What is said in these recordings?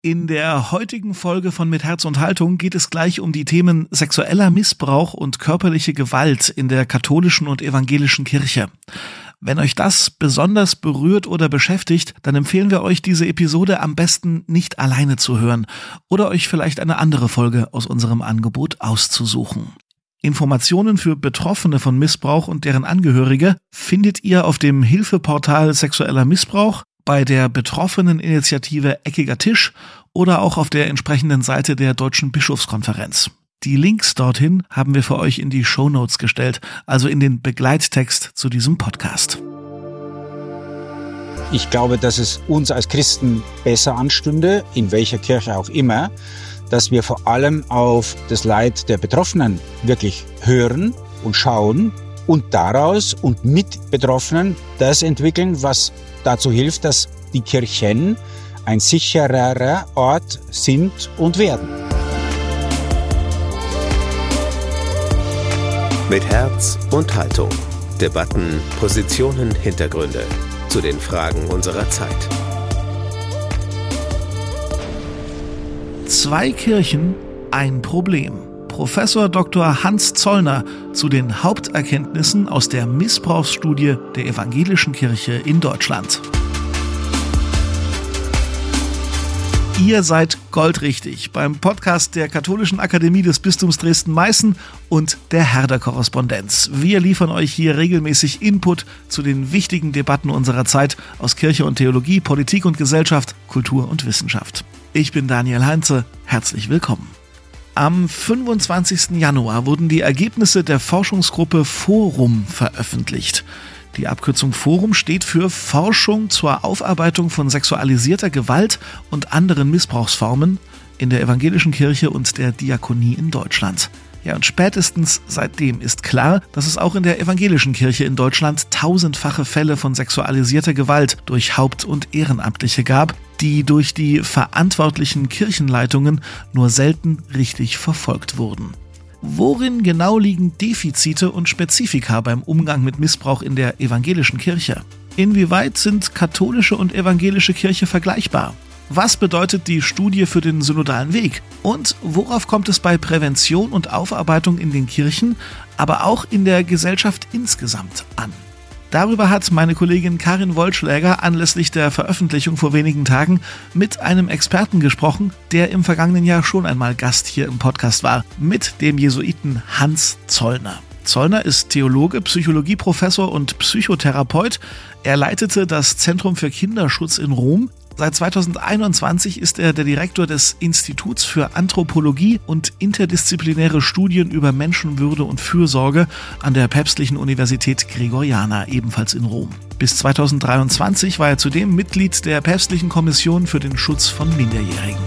In der heutigen Folge von Mit Herz und Haltung geht es gleich um die Themen sexueller Missbrauch und körperliche Gewalt in der katholischen und evangelischen Kirche. Wenn euch das besonders berührt oder beschäftigt, dann empfehlen wir euch, diese Episode am besten nicht alleine zu hören oder euch vielleicht eine andere Folge aus unserem Angebot auszusuchen. Informationen für Betroffene von Missbrauch und deren Angehörige findet ihr auf dem Hilfeportal Sexueller Missbrauch, bei der Betroffeneninitiative Eckiger Tisch oder auch auf der entsprechenden Seite der Deutschen Bischofskonferenz. Die Links dorthin haben wir für euch in die Shownotes gestellt, also in den Begleittext zu diesem Podcast. Ich glaube, dass es uns als Christen besser anstünde, in welcher Kirche auch immer, dass wir vor allem auf das Leid der Betroffenen wirklich hören und schauen und daraus und mit Betroffenen das entwickeln, was dazu hilft, dass die Kirchen ein sichererer Ort sind und werden. Mit Herz und Haltung. Debatten, Positionen, Hintergründe zu den Fragen unserer Zeit. Zwei Kirchen, ein Problem. Professor Dr. Hans Zollner zu den Haupterkenntnissen aus der Missbrauchsstudie der Evangelischen Kirche in Deutschland. Ihr seid goldrichtig beim Podcast der Katholischen Akademie des Bistums Dresden-Meißen und der Herder-Korrespondenz. Wir liefern euch hier regelmäßig Input zu den wichtigen Debatten unserer Zeit aus Kirche und Theologie, Politik und Gesellschaft, Kultur und Wissenschaft. Ich bin Daniel Heinze, herzlich willkommen. Am 25. Januar wurden die Ergebnisse der Forschungsgruppe Forum veröffentlicht. Die Abkürzung Forum steht für Forschung zur Aufarbeitung von sexualisierter Gewalt und anderen Missbrauchsformen in der evangelischen Kirche und der Diakonie in Deutschland. Ja, und spätestens seitdem ist klar, dass es auch in der evangelischen Kirche in Deutschland tausendfache Fälle von sexualisierter Gewalt durch Haupt- und Ehrenamtliche gab, die durch die verantwortlichen Kirchenleitungen nur selten richtig verfolgt wurden. Worin genau liegen Defizite und Spezifika beim Umgang mit Missbrauch in der evangelischen Kirche? Inwieweit sind katholische und evangelische Kirche vergleichbar? Was bedeutet die Studie für den synodalen Weg? Und worauf kommt es bei Prävention und Aufarbeitung in den Kirchen, aber auch in der Gesellschaft insgesamt an? Darüber hat meine Kollegin Karin Wollschläger anlässlich der Veröffentlichung vor wenigen Tagen mit einem Experten gesprochen, der im vergangenen Jahr schon einmal Gast hier im Podcast war, mit dem Jesuiten Hans Zollner. Zollner ist Theologe, Psychologieprofessor und Psychotherapeut. Er leitete das Zentrum für Kinderschutz in Rom. Seit 2021 ist er der Direktor des Instituts für Anthropologie und interdisziplinäre Studien über Menschenwürde und Fürsorge an der Päpstlichen Universität Gregoriana, ebenfalls in Rom. Bis 2023 war er zudem Mitglied der Päpstlichen Kommission für den Schutz von Minderjährigen.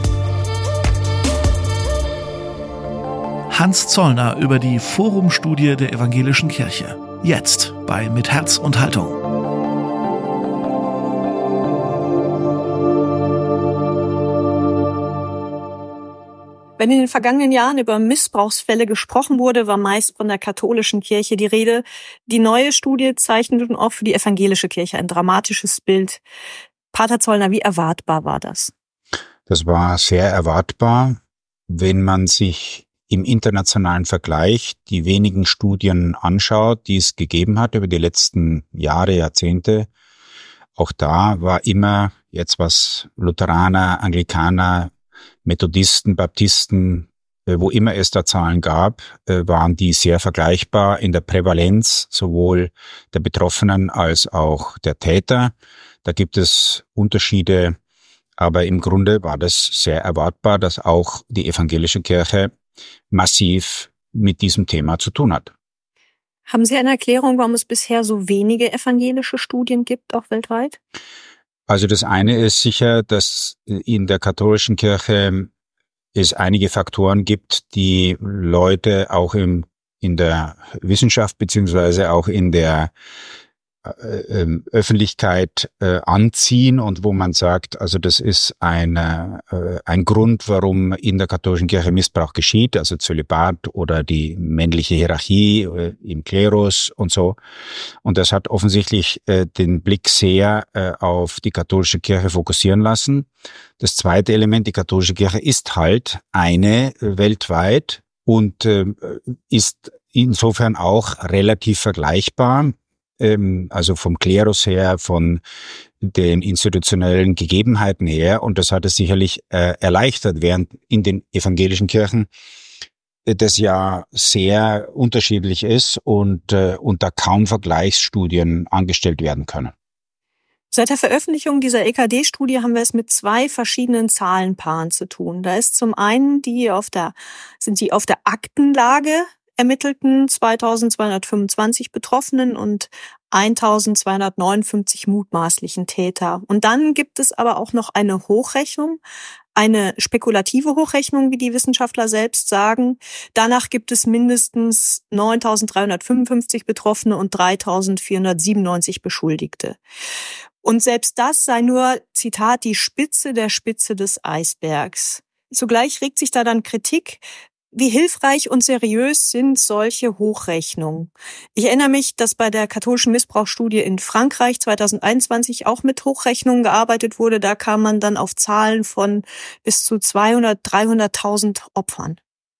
Hans Zollner über die Forumstudie der Evangelischen Kirche. Jetzt bei Mit Herz und Haltung. Wenn in den vergangenen Jahren über Missbrauchsfälle gesprochen wurde, war meist von der katholischen Kirche die Rede. Die neue Studie zeichnet nun auch für die evangelische Kirche ein dramatisches Bild. Pater Zollner, wie erwartbar war das? Das war sehr erwartbar, wenn man sich im internationalen Vergleich die wenigen Studien anschaut, die es gegeben hat über die letzten Jahre, Jahrzehnte. Auch da war immer jetzt was Lutheraner, Anglikaner, Methodisten, Baptisten, wo immer es da Zahlen gab, waren die sehr vergleichbar in der Prävalenz sowohl der Betroffenen als auch der Täter. Da gibt es Unterschiede, aber im Grunde war das sehr erwartbar, dass auch die evangelische Kirche massiv mit diesem Thema zu tun hat. Haben Sie eine Erklärung, warum es bisher so wenige evangelische Studien gibt, auch weltweit? Also das eine ist sicher, dass in der katholischen Kirche es einige Faktoren gibt, die Leute auch in der Wissenschaft beziehungsweise auch in der Öffentlichkeit anziehen und wo man sagt, also das ist ein Grund, warum in der katholischen Kirche Missbrauch geschieht, also Zölibat oder die männliche Hierarchie im Klerus und so. Und das hat offensichtlich den Blick sehr auf die katholische Kirche fokussieren lassen. Das zweite Element, die katholische Kirche ist halt eine weltweit und ist insofern auch relativ vergleichbar, also vom Klerus her, von den institutionellen Gegebenheiten her. Und das hat es sicherlich erleichtert, während in den evangelischen Kirchen das ja sehr unterschiedlich ist und da kaum Vergleichsstudien angestellt werden können. Seit der Veröffentlichung dieser EKD-Studie haben wir es mit zwei verschiedenen Zahlenpaaren zu tun. Da ist zum einen die auf der Aktenlage ermittelten 2225 Betroffenen und 1259 mutmaßlichen Täter. Und dann gibt es aber auch noch eine Hochrechnung, eine spekulative Hochrechnung, wie die Wissenschaftler selbst sagen. Danach gibt es mindestens 9355 Betroffene und 3497 Beschuldigte. Und selbst das sei nur, Zitat, die Spitze der Spitze des Eisbergs. Zugleich regt sich da dann Kritik. Wie hilfreich und seriös sind solche Hochrechnungen? Ich erinnere mich, dass bei der katholischen Missbrauchsstudie in Frankreich 2021 auch mit Hochrechnungen gearbeitet wurde. Da kam man dann auf Zahlen von bis zu 200.000, 300.000 Opfern.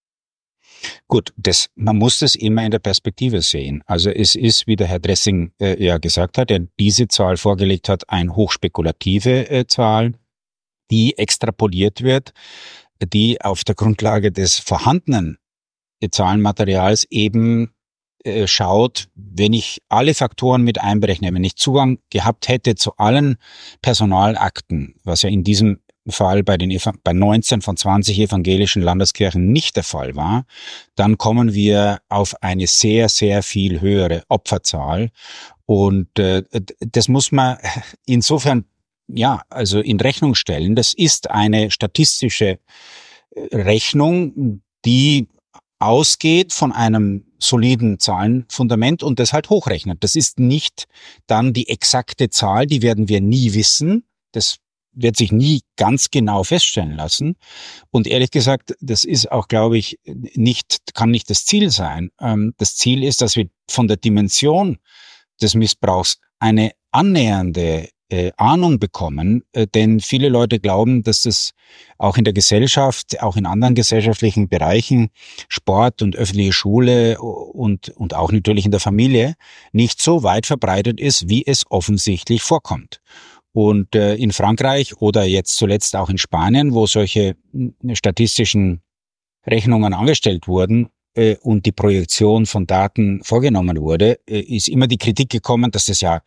Gut, man muss das immer in der Perspektive sehen. Also es ist, wie der Herr Dressing ja gesagt hat, der diese Zahl vorgelegt hat, eine hochspekulative Zahl, die extrapoliert wird, die auf der Grundlage des vorhandenen Zahlenmaterials eben schaut, wenn ich alle Faktoren mit einberechne, wenn ich Zugang gehabt hätte zu allen Personalakten, was ja in diesem Fall bei 19 von 20 evangelischen Landeskirchen nicht der Fall war, dann kommen wir auf eine sehr, sehr viel höhere Opferzahl. Und das muss man insofern also in Rechnung stellen. Das ist eine statistische Rechnung, die ausgeht von einem soliden Zahlenfundament und das halt hochrechnet. Das ist nicht dann die exakte Zahl, die werden wir nie wissen. Das wird sich nie ganz genau feststellen lassen. Und ehrlich gesagt, das ist auch, glaube ich, kann nicht das Ziel sein. Das Ziel ist, dass wir von der Dimension des Missbrauchs eine annähernde Ahnung bekommen, denn viele Leute glauben, dass das auch in der Gesellschaft, auch in anderen gesellschaftlichen Bereichen, Sport und öffentliche Schule und auch natürlich in der Familie nicht so weit verbreitet ist, wie es offensichtlich vorkommt. Und in Frankreich oder jetzt zuletzt auch in Spanien, wo solche statistischen Rechnungen angestellt wurden, und die Projektion von Daten vorgenommen wurde, ist immer die Kritik gekommen, dass das ja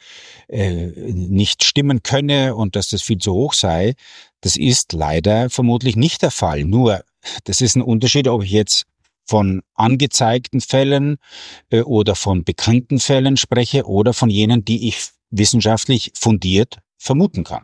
nicht stimmen könne und dass das viel zu hoch sei. Das ist leider vermutlich nicht der Fall. Nur, das ist ein Unterschied, ob ich jetzt von angezeigten Fällen oder von bekannten Fällen spreche oder von jenen, die ich wissenschaftlich fundiert vermuten kann.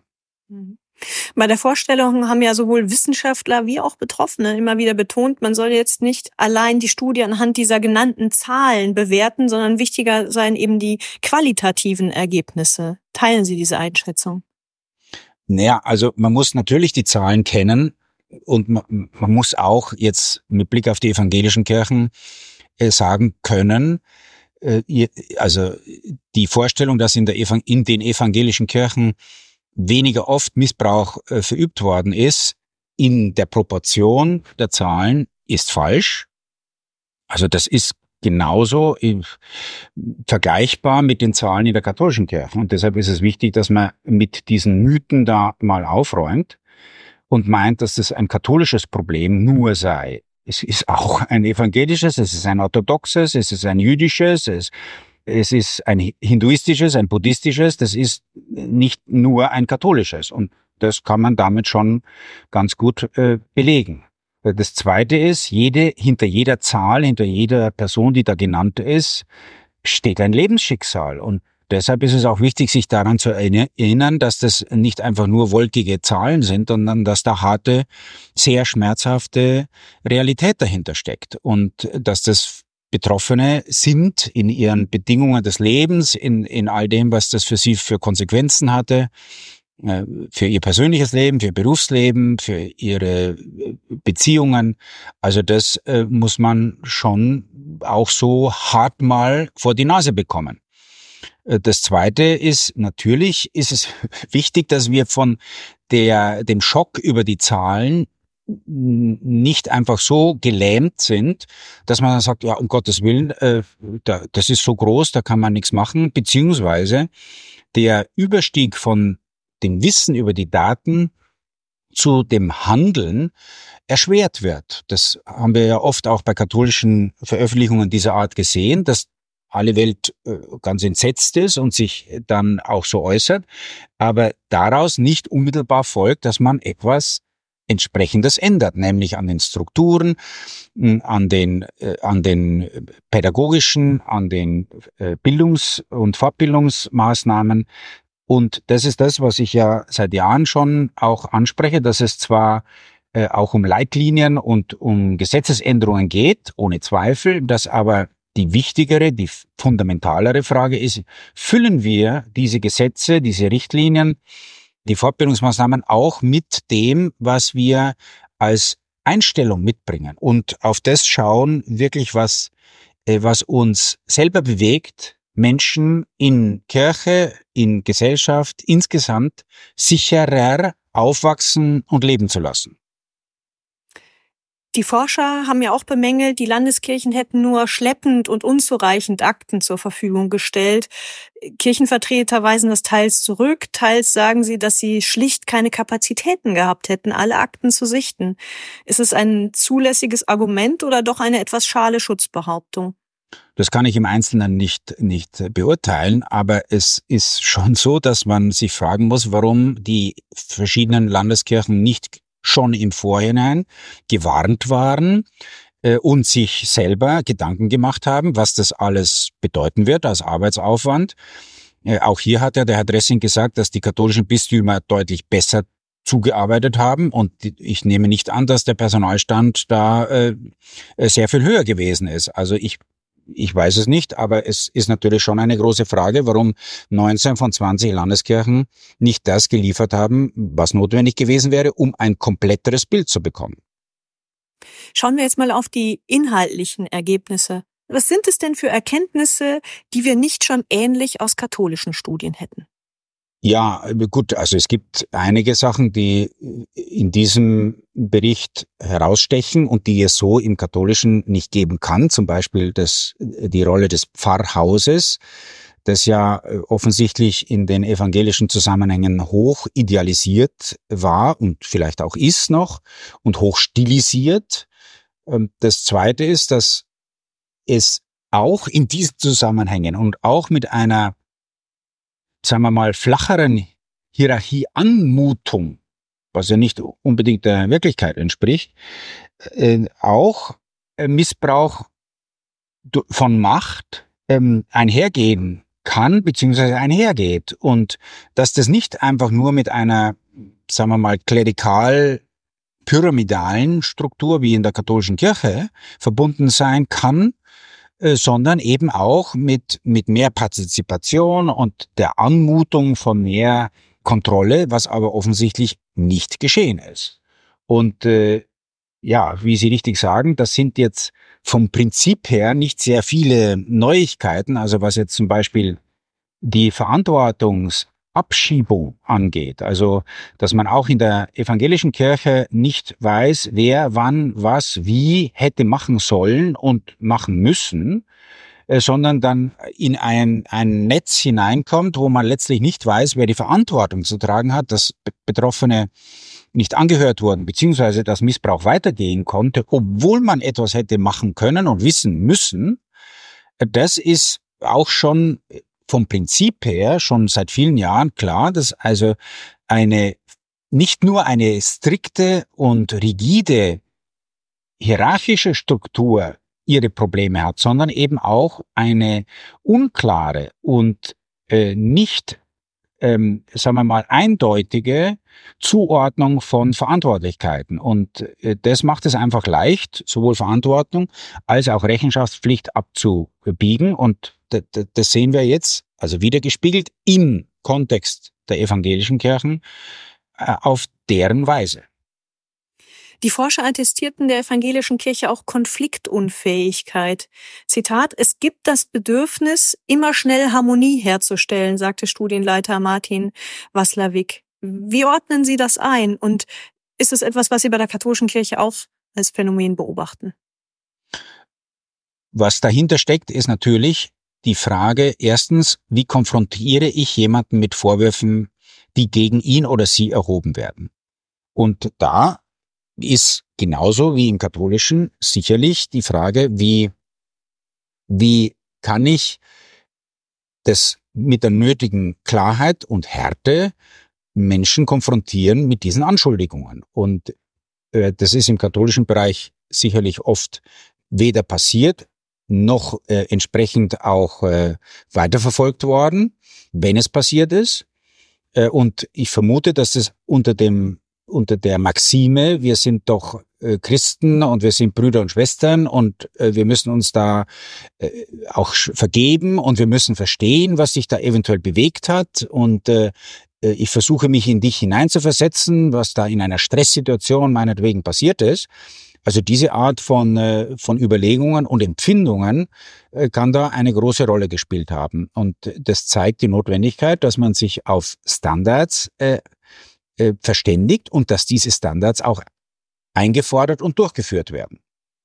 Bei der Vorstellung haben ja sowohl Wissenschaftler wie auch Betroffene immer wieder betont, man soll jetzt nicht allein die Studie anhand dieser genannten Zahlen bewerten, sondern wichtiger seien eben die qualitativen Ergebnisse. Teilen Sie diese Einschätzung? Naja, also man muss natürlich die Zahlen kennen und man muss auch jetzt mit Blick auf die evangelischen Kirchen sagen können, also die Vorstellung, dass in den evangelischen Kirchen weniger oft Missbrauch verübt worden ist, in der Proportion der Zahlen, ist falsch. Also das ist genauso vergleichbar mit den Zahlen in der katholischen Kirche. Und deshalb ist es wichtig, dass man mit diesen Mythen da mal aufräumt und meint, dass das ein katholisches Problem nur sei. Es ist auch ein evangelisches, es ist ein orthodoxes, es ist ein jüdisches, es ist ein hinduistisches, ein buddhistisches, das ist nicht nur ein katholisches. Und das kann man damit schon ganz gut belegen. Das Zweite ist, hinter jeder Zahl, hinter jeder Person, die da genannt ist, steht ein Lebensschicksal. Und deshalb ist es auch wichtig, sich daran zu erinnern, dass das nicht einfach nur wolkige Zahlen sind, sondern dass da harte, sehr schmerzhafte Realität dahinter steckt. Und dass das Betroffene sind in ihren Bedingungen des Lebens, in all dem, was das für sie für Konsequenzen hatte, für ihr persönliches Leben, für ihr Berufsleben, für ihre Beziehungen. Also das muss man schon auch so hart mal vor die Nase bekommen. Das Zweite ist, natürlich ist es wichtig, dass wir von dem Schock über die Zahlen nicht einfach so gelähmt sind, dass man dann sagt, ja, um Gottes Willen, das ist so groß, da kann man nichts machen, beziehungsweise der Überstieg von dem Wissen über die Daten zu dem Handeln erschwert wird. Das haben wir ja oft auch bei katholischen Veröffentlichungen dieser Art gesehen, dass alle Welt ganz entsetzt ist und sich dann auch so äußert, aber daraus nicht unmittelbar folgt, dass man etwas Entsprechendes ändert, nämlich an den Strukturen, an den pädagogischen, an den Bildungs- und Fortbildungsmaßnahmen. Und das ist das, was ich ja seit Jahren schon auch anspreche, dass es zwar auch um Leitlinien und um Gesetzesänderungen geht, ohne Zweifel, dass aber die wichtigere, die fundamentalere Frage ist, füllen wir diese Gesetze, diese Richtlinien, die Fortbildungsmaßnahmen auch mit dem, was wir als Einstellung mitbringen und auf das schauen, wirklich was uns selber bewegt, Menschen in Kirche, in Gesellschaft insgesamt sicherer aufwachsen und leben zu lassen. Die Forscher haben ja auch bemängelt, die Landeskirchen hätten nur schleppend und unzureichend Akten zur Verfügung gestellt. Kirchenvertreter weisen das teils zurück, teils sagen sie, dass sie schlicht keine Kapazitäten gehabt hätten, alle Akten zu sichten. Ist es ein zulässiges Argument oder doch eine etwas schale Schutzbehauptung? Das kann ich im Einzelnen nicht beurteilen, aber es ist schon so, dass man sich fragen muss, warum die verschiedenen Landeskirchen nicht schon im Vorhinein gewarnt waren und sich selber Gedanken gemacht haben, was das alles bedeuten wird als Arbeitsaufwand. Auch hier hat ja der Herr Dressing gesagt, dass die katholischen Bistümer deutlich besser zugearbeitet haben und ich nehme nicht an, dass der Personalstand da sehr viel höher gewesen ist. Also ich weiß es nicht, aber es ist natürlich schon eine große Frage, warum 19 von 20 Landeskirchen nicht das geliefert haben, was notwendig gewesen wäre, um ein kompletteres Bild zu bekommen. Schauen wir jetzt mal auf die inhaltlichen Ergebnisse. Was sind es denn für Erkenntnisse, die wir nicht schon ähnlich aus katholischen Studien hätten? Ja, gut, also es gibt einige Sachen, die in diesem Bericht herausstechen und die es so im Katholischen nicht geben kann. Zum Beispiel die Rolle des Pfarrhauses, das ja offensichtlich in den evangelischen Zusammenhängen hoch idealisiert war und vielleicht auch ist noch und hoch stilisiert. Das Zweite ist, dass es auch in diesen Zusammenhängen und auch mit einer, sagen wir mal, flacheren Hierarchieanmutung, was ja nicht unbedingt der Wirklichkeit entspricht, auch Missbrauch von Macht einhergehen kann, beziehungsweise einhergeht. Und dass das nicht einfach nur mit einer, sagen wir mal, klerikal-pyramidalen Struktur wie in der katholischen Kirche verbunden sein kann, sondern eben auch mit mehr Partizipation und der Anmutung von mehr Kontrolle, was aber offensichtlich nicht geschehen ist. Und wie Sie richtig sagen, das sind jetzt vom Prinzip her nicht sehr viele Neuigkeiten, also was jetzt zum Beispiel die Verantwortungsabschiebung angeht, also dass man auch in der evangelischen Kirche nicht weiß, wer wann was wie hätte machen sollen und machen müssen, sondern dann in ein Netz hineinkommt, wo man letztlich nicht weiß, wer die Verantwortung zu tragen hat, dass Betroffene nicht angehört wurden, beziehungsweise dass Missbrauch weitergehen konnte, obwohl man etwas hätte machen können und wissen müssen. Das ist auch schon vom Prinzip her schon seit vielen Jahren klar, dass also nicht nur eine strikte und rigide hierarchische Struktur ihre Probleme hat, sondern eben auch eine unklare und nicht sagen wir mal, eindeutige Zuordnung von Verantwortlichkeiten. Und das macht es einfach leicht, sowohl Verantwortung als auch Rechenschaftspflicht abzubiegen. Und das sehen wir jetzt, also wiedergespiegelt im Kontext der evangelischen Kirchen, auf deren Weise. Die Forscher attestierten der evangelischen Kirche auch Konfliktunfähigkeit. Zitat: Es gibt das Bedürfnis, immer schnell Harmonie herzustellen, sagte Studienleiter Martin Waslawik. Wie ordnen Sie das ein? Und ist es etwas, was Sie bei der katholischen Kirche auch als Phänomen beobachten? Was dahinter steckt, ist natürlich die Frage, erstens, wie konfrontiere ich jemanden mit Vorwürfen, die gegen ihn oder sie erhoben werden? Und da ist genauso wie im Katholischen sicherlich die Frage, wie kann ich das mit der nötigen Klarheit und Härte Menschen konfrontieren mit diesen Anschuldigungen. Und das ist im katholischen Bereich sicherlich oft weder passiert, noch entsprechend auch weiterverfolgt worden, wenn es passiert ist. Und ich vermute, dass es unter der Maxime, wir sind doch Christen und wir sind Brüder und Schwestern und wir müssen uns da auch vergeben und wir müssen verstehen, was sich da eventuell bewegt hat und ich versuche mich in dich hineinzuversetzen, was da in einer Stresssituation meinetwegen passiert ist. Also diese Art von Überlegungen und Empfindungen kann da eine große Rolle gespielt haben. Und das zeigt die Notwendigkeit, dass man sich auf Standards verständigt und dass diese Standards auch eingefordert und durchgeführt werden.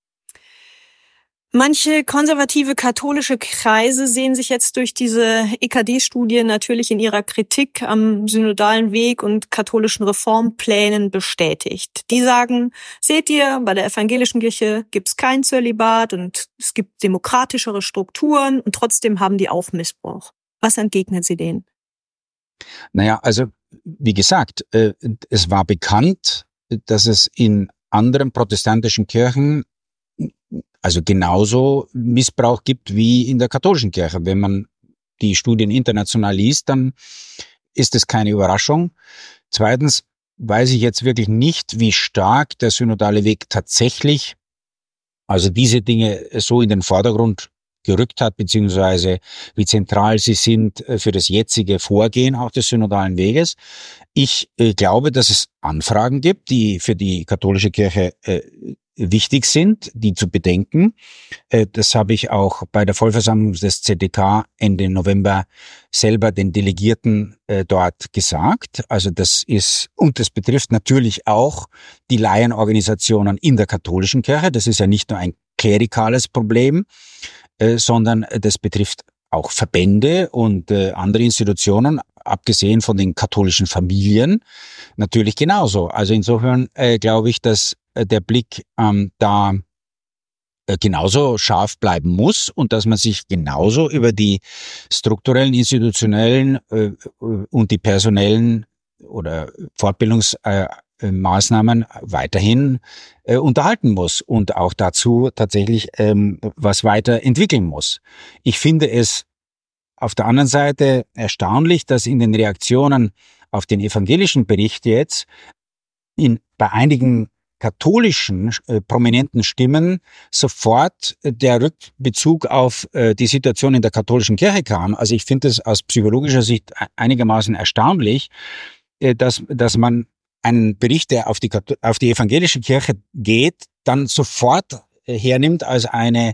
Manche konservative katholische Kreise sehen sich jetzt durch diese EKD-Studie natürlich in ihrer Kritik am synodalen Weg und katholischen Reformplänen bestätigt. Die sagen, seht ihr, bei der evangelischen Kirche gibt's kein Zölibat und es gibt demokratischere Strukturen und trotzdem haben die auch Missbrauch. Was entgegnen Sie denen? Naja, also wie gesagt, es war bekannt, dass es in anderen protestantischen Kirchen also genauso Missbrauch gibt wie in der katholischen Kirche. Wenn man die Studien international liest, dann ist es keine Überraschung. Zweitens weiß ich jetzt wirklich nicht, wie stark der synodale Weg tatsächlich, also diese Dinge so in den Vordergrund gerückt hat, beziehungsweise wie zentral sie sind für das jetzige Vorgehen auch des synodalen Weges. Ich glaube, dass es Anfragen gibt, die für die katholische Kirche wichtig sind, die zu bedenken. Das habe ich auch bei der Vollversammlung des ZDK Ende November selber den Delegierten dort gesagt. Also das ist, und das betrifft natürlich auch die Laienorganisationen in der katholischen Kirche. Das ist ja nicht nur ein klerikales Problem, sondern das betrifft auch Verbände und andere Institutionen, abgesehen von den katholischen Familien, natürlich genauso. Also insofern glaube ich, dass der Blick da genauso scharf bleiben muss und dass man sich genauso über die strukturellen, institutionellen und die personellen oder Fortbildungsmaßnahmen weiterhin unterhalten muss und auch dazu tatsächlich was weiterentwickeln muss. Ich finde es auf der anderen Seite erstaunlich, dass in den Reaktionen auf den evangelischen Bericht jetzt bei einigen katholischen prominenten Stimmen sofort der Rückbezug auf die Situation in der katholischen Kirche kam. Also ich finde es aus psychologischer Sicht einigermaßen erstaunlich, dass man einen Bericht, der auf die evangelische Kirche geht, dann sofort hernimmt als eine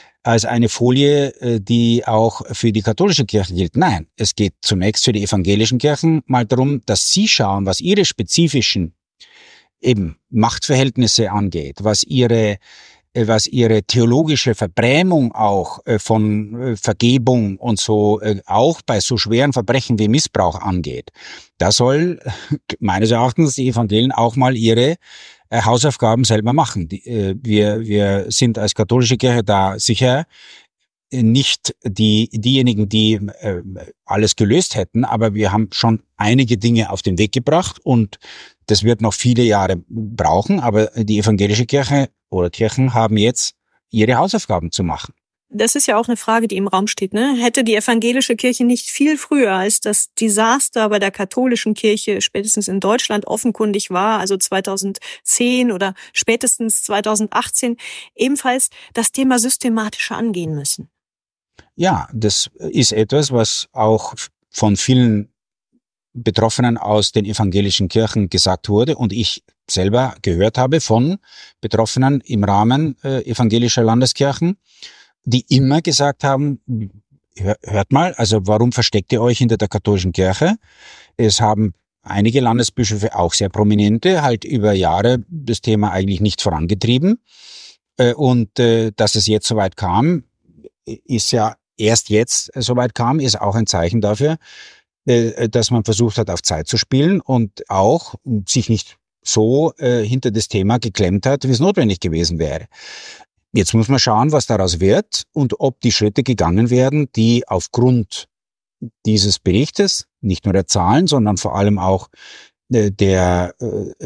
Folie, die auch für die katholische Kirche gilt. Nein, es geht zunächst für die evangelischen Kirchen mal darum, dass sie schauen, was ihre spezifischen eben Machtverhältnisse angeht, was ihre theologische Verbrämung auch von Vergebung und so auch bei so schweren Verbrechen wie Missbrauch angeht. Da soll meines Erachtens die Evangelien auch mal ihre Hausaufgaben selber machen. Wir sind als katholische Kirche da sicher nicht diejenigen, die alles gelöst hätten, aber wir haben schon einige Dinge auf den Weg gebracht und das wird noch viele Jahre brauchen, aber die evangelische Kirche oder Kirchen haben jetzt ihre Hausaufgaben zu machen. das ist ja auch eine Frage, die im Raum steht, ne? Hätte die evangelische Kirche nicht viel früher, als das Desaster bei der katholischen Kirche spätestens in Deutschland offenkundig war, also 2010 oder spätestens 2018, ebenfalls das Thema systematischer angehen müssen? Ja, das ist etwas, was auch von vielen Betroffenen aus den evangelischen Kirchen gesagt wurde und ich selber gehört habe von Betroffenen im Rahmen evangelischer Landeskirchen, die immer gesagt haben, hört mal, also warum versteckt ihr euch hinter der katholischen Kirche? Es haben einige Landesbischöfe, auch sehr prominente, halt über Jahre das Thema eigentlich nicht vorangetrieben. Und dass es jetzt soweit kam, ist ja erst jetzt soweit kam, ist auch ein Zeichen dafür, dass man versucht hat, auf Zeit zu spielen und auch sich nicht so hinter das Thema geklemmt hat, wie es notwendig gewesen wäre. Jetzt muss man schauen, was daraus wird und ob die Schritte gegangen werden, die aufgrund dieses Berichtes, nicht nur der Zahlen, sondern vor allem auch der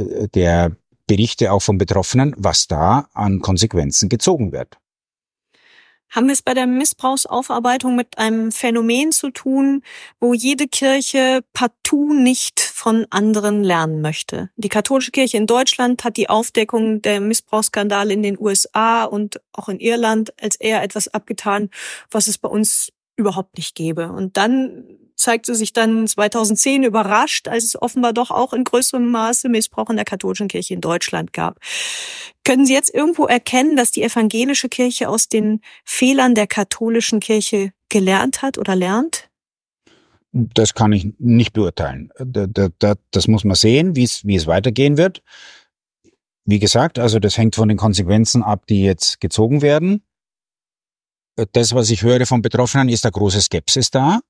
Berichte auch von Betroffenen, was da an Konsequenzen gezogen wird. Haben wir es bei der Missbrauchsaufarbeitung mit einem Phänomen zu tun, wo jede Kirche partout nicht von anderen lernen möchte? Die katholische Kirche in Deutschland hat die Aufdeckung der Missbrauchsskandale in den USA und auch in Irland als eher etwas abgetan, was es bei uns überhaupt nicht gäbe. Und dann zeigte sich dann 2010 überrascht, als es offenbar doch auch in größerem Maße Missbrauch in der katholischen Kirche in Deutschland gab. Können Sie jetzt irgendwo erkennen, dass die evangelische Kirche aus den Fehlern der katholischen Kirche gelernt hat oder lernt? Das kann ich nicht beurteilen. Das muss man sehen, wie es weitergehen wird. Wie gesagt, also das hängt von den Konsequenzen ab, die jetzt gezogen werden. Das, was ich höre von Betroffenen, ist eine große Skepsis da.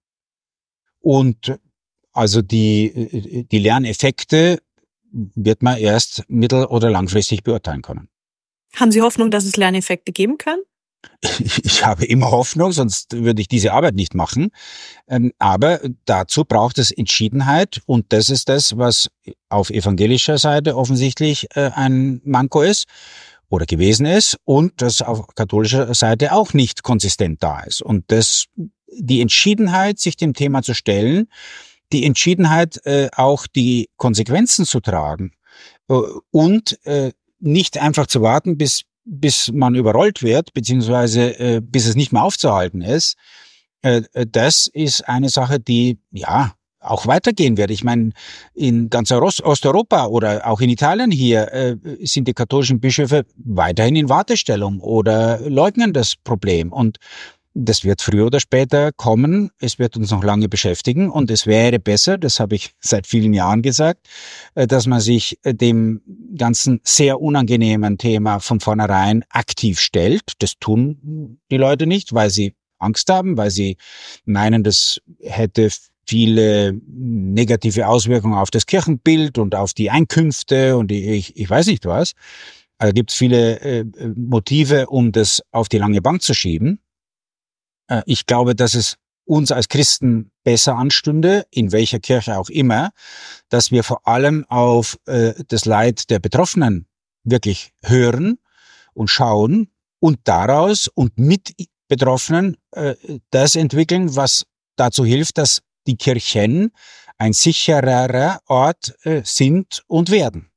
Und also die Lerneffekte wird man erst mittel- oder langfristig beurteilen können. Haben Sie Hoffnung, dass es Lerneffekte geben kann? Ich habe immer Hoffnung, sonst würde ich diese Arbeit nicht machen. Aber dazu braucht es Entschiedenheit und das ist das, was auf evangelischer Seite offensichtlich ein Manko ist oder gewesen ist und das auf katholischer Seite auch nicht konsistent da ist. Und die Entschiedenheit, sich dem Thema zu stellen, die Entschiedenheit, auch die Konsequenzen zu tragen und nicht einfach zu warten, bis man überrollt wird, beziehungsweise bis es nicht mehr aufzuhalten ist, das ist eine Sache, die ja auch weitergehen wird. Ich meine, in ganz Osteuropa oder auch in Italien hier sind die katholischen Bischöfe weiterhin in Wartestellung oder leugnen das Problem. Und das wird früher oder später kommen. Es wird uns noch lange beschäftigen und es wäre besser, das habe ich seit vielen Jahren gesagt, dass man sich dem ganzen sehr unangenehmen Thema von vornherein aktiv stellt. Das tun die Leute nicht, weil sie Angst haben, weil sie meinen, das hätte viele negative Auswirkungen auf das Kirchenbild und auf die Einkünfte und ich weiß nicht was. Da gibt es viele Motive, um das auf die lange Bank zu schieben. Ich glaube, dass es uns als Christen besser anstünde, in welcher Kirche auch immer, dass wir vor allem auf das Leid der Betroffenen wirklich hören und schauen und daraus und mit Betroffenen das entwickeln, was dazu hilft, dass die Kirchen ein sichererer Ort sind und werden.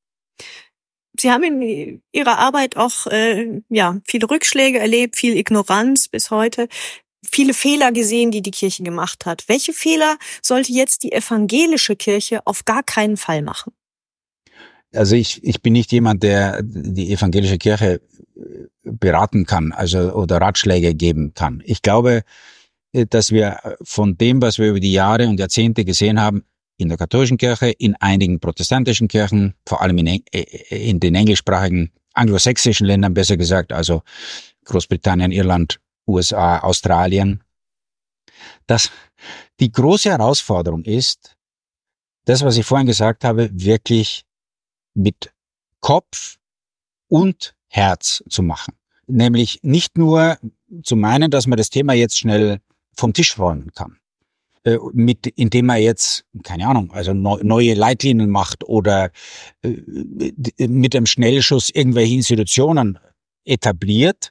Sie haben in Ihrer Arbeit auch viele Rückschläge erlebt, viel Ignoranz bis heute, viele Fehler gesehen, die die Kirche gemacht hat. Welche Fehler sollte jetzt die evangelische Kirche auf gar keinen Fall machen? Also ich bin nicht jemand, der die evangelische Kirche beraten kann, also oder Ratschläge geben kann. Ich glaube, dass wir von dem, was wir über die Jahre und Jahrzehnte gesehen haben, in der katholischen Kirche, in einigen protestantischen Kirchen, vor allem in den englischsprachigen, anglosächsischen Ländern besser gesagt, also Großbritannien, Irland, USA, Australien, dass die große Herausforderung ist, das, was ich vorhin gesagt habe, wirklich mit Kopf und Herz zu machen. Nämlich nicht nur zu meinen, dass man das Thema jetzt schnell vom Tisch räumen kann. Indem er jetzt, keine Ahnung, also neue Leitlinien macht oder mit einem Schnellschuss irgendwelche Institutionen etabliert,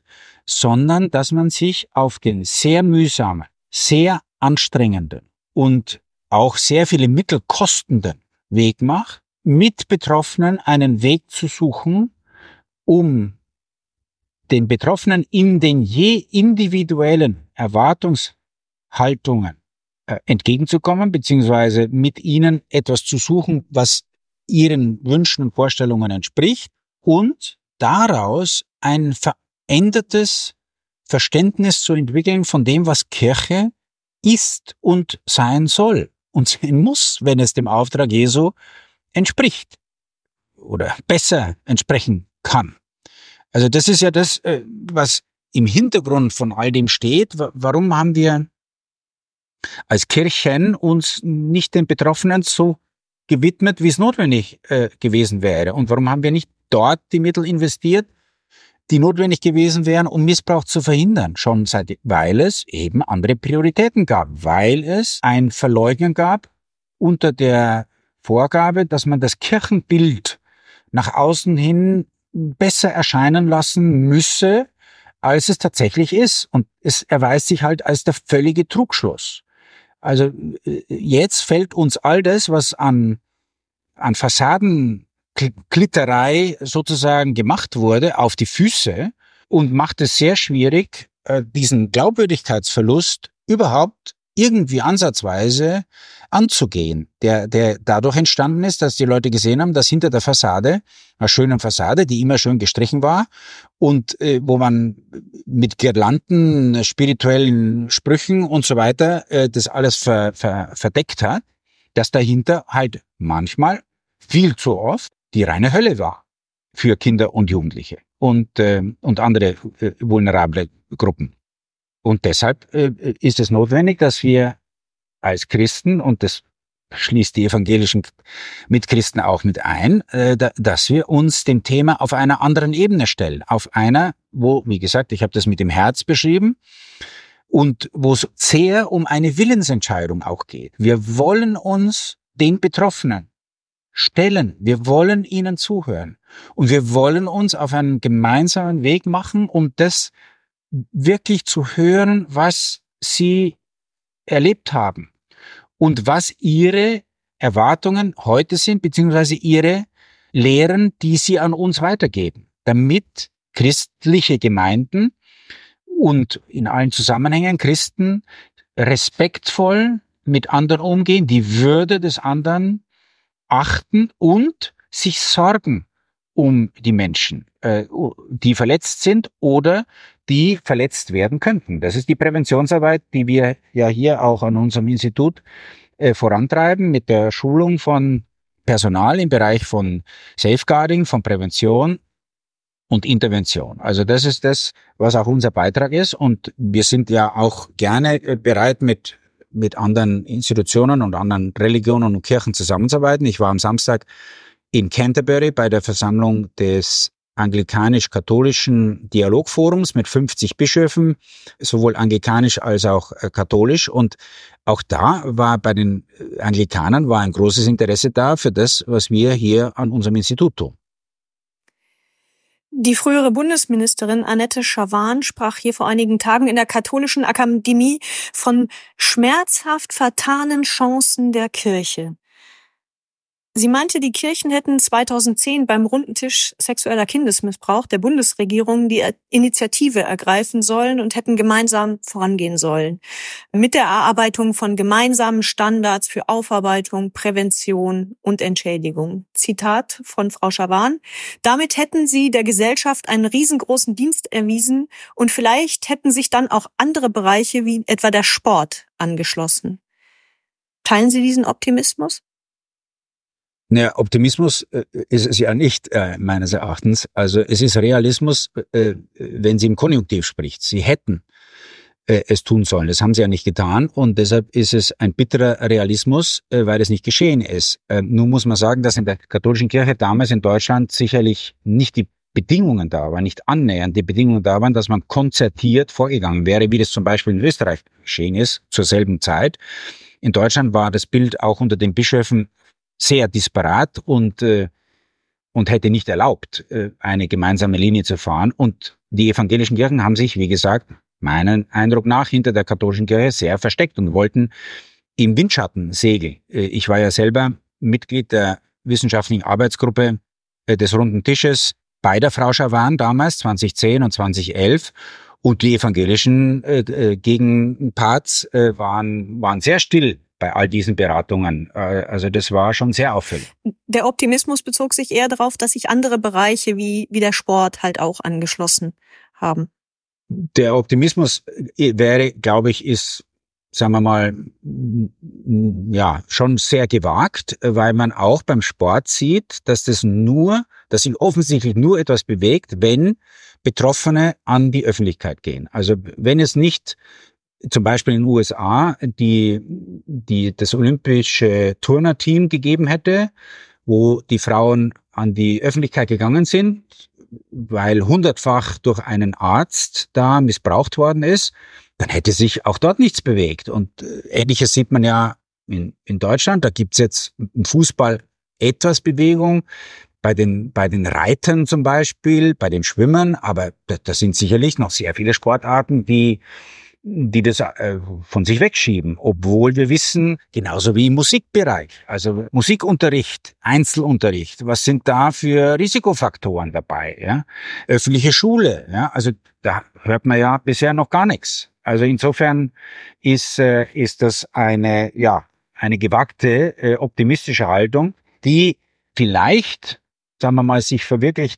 sondern dass man sich auf den sehr mühsamen, sehr anstrengenden und auch sehr viele Mittel kostenden Weg macht, mit Betroffenen einen Weg zu suchen, um den Betroffenen in den je individuellen Erwartungshaltungen entgegenzukommen, beziehungsweise mit ihnen etwas zu suchen, was ihren Wünschen und Vorstellungen entspricht und daraus ein verändertes Verständnis zu entwickeln von dem, was Kirche ist und sein soll und sein muss, wenn es dem Auftrag Jesu entspricht oder besser entsprechen kann. Also das ist ja das, was im Hintergrund von all dem steht. Warum haben wir als Kirchen uns nicht den Betroffenen so gewidmet, wie es notwendig gewesen wäre? Und warum haben wir nicht dort die Mittel investiert, die notwendig gewesen wären, um Missbrauch zu verhindern? Weil es eben andere Prioritäten gab, weil es ein Verleugnen gab unter der Vorgabe, dass man das Kirchenbild nach außen hin besser erscheinen lassen müsse, als es tatsächlich ist. Und es erweist sich halt als der völlige Trugschluss. Also jetzt fällt uns all das, was an Fassadenklitterei sozusagen gemacht wurde, auf die Füße und macht es sehr schwierig, diesen Glaubwürdigkeitsverlust überhaupt irgendwie ansatzweise anzugehen, der dadurch entstanden ist, dass die Leute gesehen haben, dass hinter der Fassade, einer schönen Fassade, die immer schön gestrichen war und wo man mit Girlanden, spirituellen Sprüchen und so weiter das alles verdeckt hat, dass dahinter halt manchmal, viel zu oft, die reine Hölle war für Kinder und Jugendliche und andere vulnerable Gruppen. Und deshalb ist es notwendig, dass wir als Christen, und das schließt die evangelischen Mitchristen auch mit ein, dass wir uns dem Thema auf einer anderen Ebene stellen. Auf einer, wo, wie gesagt, ich habe das mit dem Herz beschrieben, und wo es sehr um eine Willensentscheidung auch geht. Wir wollen uns den Betroffenen stellen. Wir wollen ihnen zuhören. Und wir wollen uns auf einen gemeinsamen Weg machen, um das wirklich zu hören, was sie erlebt haben und was ihre Erwartungen heute sind, beziehungsweise ihre Lehren, die sie an uns weitergeben, damit christliche Gemeinden und in allen Zusammenhängen Christen respektvoll mit anderen umgehen, die Würde des anderen achten und sich sorgen um die Menschen, die verletzt sind oder die verletzt werden könnten. Das ist die Präventionsarbeit, die wir ja hier auch an unserem Institut vorantreiben mit der Schulung von Personal im Bereich von Safeguarding, von Prävention und Intervention. Also das ist das, was auch unser Beitrag ist. Und wir sind ja auch gerne bereit, mit anderen Institutionen und anderen Religionen und Kirchen zusammenzuarbeiten. Ich war am Samstag in Canterbury bei der Versammlung des anglikanisch-katholischen Dialogforums mit 50 Bischöfen, sowohl anglikanisch als auch katholisch. Und auch da war bei den Anglikanern ein großes Interesse da für das, was wir hier an unserem Institut tun. Die frühere Bundesministerin Annette Schavan sprach hier vor einigen Tagen in der Katholischen Akademie von schmerzhaft vertanen Chancen der Kirche. Sie meinte, die Kirchen hätten 2010 beim runden Tisch sexueller Kindesmissbrauch der Bundesregierung die Initiative ergreifen sollen und hätten gemeinsam vorangehen sollen. Mit der Erarbeitung von gemeinsamen Standards für Aufarbeitung, Prävention und Entschädigung. Zitat von Frau Schavan: Damit hätten sie der Gesellschaft einen riesengroßen Dienst erwiesen und vielleicht hätten sich dann auch andere Bereiche wie etwa der Sport angeschlossen. Teilen Sie diesen Optimismus? Ja, Optimismus ist es ja nicht, meines Erachtens. Also es ist Realismus, wenn sie im Konjunktiv spricht. Sie hätten es tun sollen. Das haben sie ja nicht getan und deshalb ist es ein bitterer Realismus, weil es nicht geschehen ist. Nun muss man sagen, dass in der katholischen Kirche damals in Deutschland sicherlich nicht die Bedingungen da waren, nicht annähernd die Bedingungen da waren, dass man konzertiert vorgegangen wäre, wie das zum Beispiel in Österreich geschehen ist, zur selben Zeit. In Deutschland war das Bild auch unter den Bischöfen sehr disparat und hätte nicht erlaubt, eine gemeinsame Linie zu fahren. Und Die evangelischen Kirchen haben sich, wie gesagt, meinen Eindruck nach, hinter der katholischen Kirche sehr versteckt und wollten im Windschatten segeln. Ich war ja selber Mitglied der wissenschaftlichen Arbeitsgruppe des Runden Tisches bei der Frau Schawan damals, 2010 und 2011. Und die evangelischen Gegenparts waren sehr still bei all diesen Beratungen. Also das war schon sehr auffällig. Der Optimismus bezog sich eher darauf, dass sich andere Bereiche wie der Sport halt auch angeschlossen haben. Der Optimismus wäre, glaube ich, ist, sagen wir mal, ja, schon sehr gewagt, weil man auch beim Sport sieht, dass sich offensichtlich nur etwas bewegt, wenn Betroffene an die Öffentlichkeit gehen. Also wenn es nicht zum Beispiel in den USA das olympische Turnerteam gegeben hätte, wo die Frauen an die Öffentlichkeit gegangen sind, weil 100-fach durch einen Arzt da missbraucht worden ist, dann hätte sich auch dort nichts bewegt. Und Ähnliches sieht man ja in Deutschland. Da gibt's jetzt im Fußball etwas Bewegung, bei den Reitern zum Beispiel, bei den Schwimmern, aber da sind sicherlich noch sehr viele Sportarten, die das von sich wegschieben, obwohl wir wissen, genauso wie im Musikbereich, also Musikunterricht, Einzelunterricht, was sind da für Risikofaktoren dabei? Ja? Öffentliche Schule, ja, also da hört man ja bisher noch gar nichts. Also insofern ist das eine gewagte, optimistische Haltung, die vielleicht, sagen wir mal, sich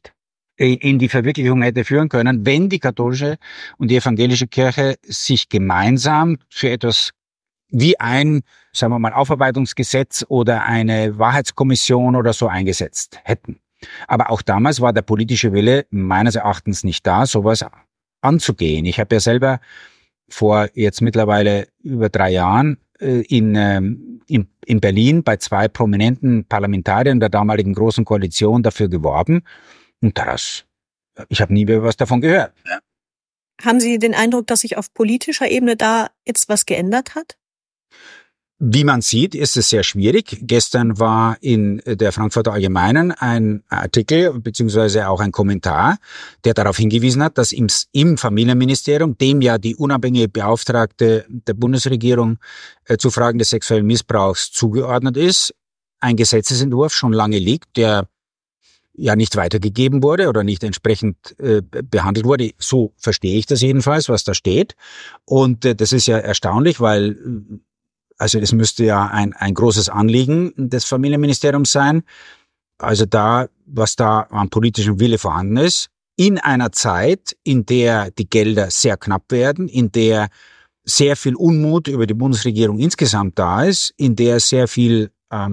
in die Verwirklichung hätte führen können, wenn die katholische und die evangelische Kirche sich gemeinsam für etwas wie ein, sagen wir mal, Aufarbeitungsgesetz oder eine Wahrheitskommission oder so eingesetzt hätten. Aber auch damals war der politische Wille meines Erachtens nicht da, sowas anzugehen. Ich habe ja selber vor jetzt mittlerweile über 3 Jahren in Berlin bei 2 prominenten Parlamentariern der damaligen Großen Koalition dafür geworben. Und ich habe nie mehr was davon gehört. Ja. Haben Sie den Eindruck, dass sich auf politischer Ebene da jetzt was geändert hat? Wie man sieht, ist es sehr schwierig. Gestern war in der Frankfurter Allgemeinen ein Artikel beziehungsweise auch ein Kommentar, der darauf hingewiesen hat, dass im Familienministerium, dem ja die unabhängige Beauftragte der Bundesregierung zu Fragen des sexuellen Missbrauchs zugeordnet ist, ein Gesetzesentwurf schon lange liegt, der ja nicht weitergegeben wurde oder nicht entsprechend behandelt wurde. So verstehe ich das jedenfalls, was da steht. Und das ist ja erstaunlich, weil also das müsste ja ein großes Anliegen des Familienministeriums sein. Also was da an politischem Wille vorhanden ist, in einer Zeit, in der die Gelder sehr knapp werden, in der sehr viel Unmut über die Bundesregierung insgesamt da ist, in der sehr viel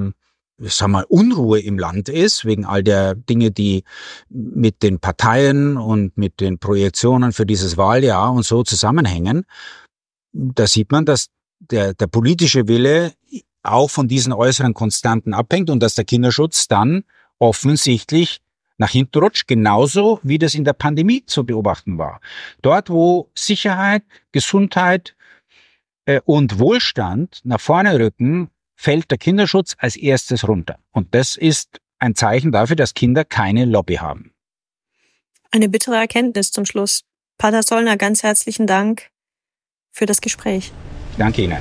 Unruhe im Land ist, wegen all der Dinge, die mit den Parteien und mit den Projektionen für dieses Wahljahr und so zusammenhängen. Da sieht man, dass der politische Wille auch von diesen äußeren Konstanten abhängt und dass der Kinderschutz dann offensichtlich nach hinten rutscht, genauso wie das in der Pandemie zu beobachten war. Dort, wo Sicherheit, Gesundheit und Wohlstand nach vorne rücken, fällt der Kinderschutz als erstes runter. Und das ist ein Zeichen dafür, dass Kinder keine Lobby haben. Eine bittere Erkenntnis zum Schluss. Pater Zollner, ganz herzlichen Dank für das Gespräch. Danke Ihnen.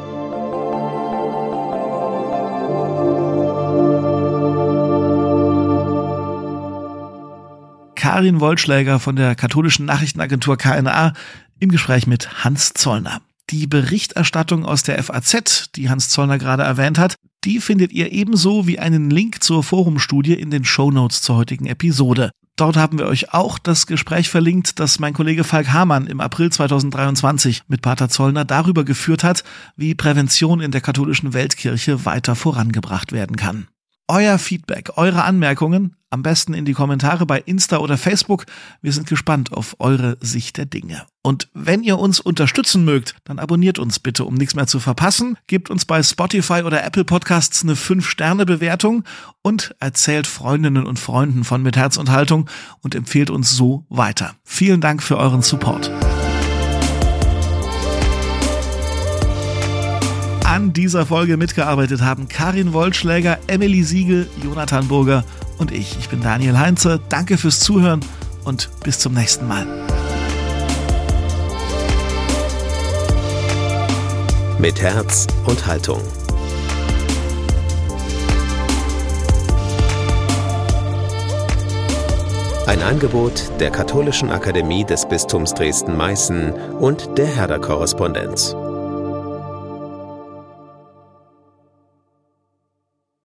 Karin Wollschläger von der katholischen Nachrichtenagentur KNA im Gespräch mit Hans Zollner. Die Berichterstattung aus der FAZ, die Hans Zollner gerade erwähnt hat, die findet ihr ebenso wie einen Link zur Forumstudie in den Shownotes zur heutigen Episode. Dort haben wir euch auch das Gespräch verlinkt, das mein Kollege Falk Hamann im April 2023 mit Pater Zollner darüber geführt hat, wie Prävention in der katholischen Weltkirche weiter vorangebracht werden kann. Euer Feedback, eure Anmerkungen, am besten in die Kommentare bei Insta oder Facebook. Wir sind gespannt auf eure Sicht der Dinge. Und wenn ihr uns unterstützen mögt, dann abonniert uns bitte, um nichts mehr zu verpassen. Gebt uns bei Spotify oder Apple Podcasts eine 5-Sterne-Bewertung und erzählt Freundinnen und Freunden von Mit Herz und Haltung und empfehlt uns so weiter. Vielen Dank für euren Support. An dieser Folge mitgearbeitet haben Karin Wollschläger, Emily Siegel, Jonathan Burger und ich. Ich bin Daniel Heinze. Danke fürs Zuhören und bis zum nächsten Mal. Mit Herz und Haltung. Ein Angebot der Katholischen Akademie des Bistums Dresden-Meißen und der Herder-Korrespondenz.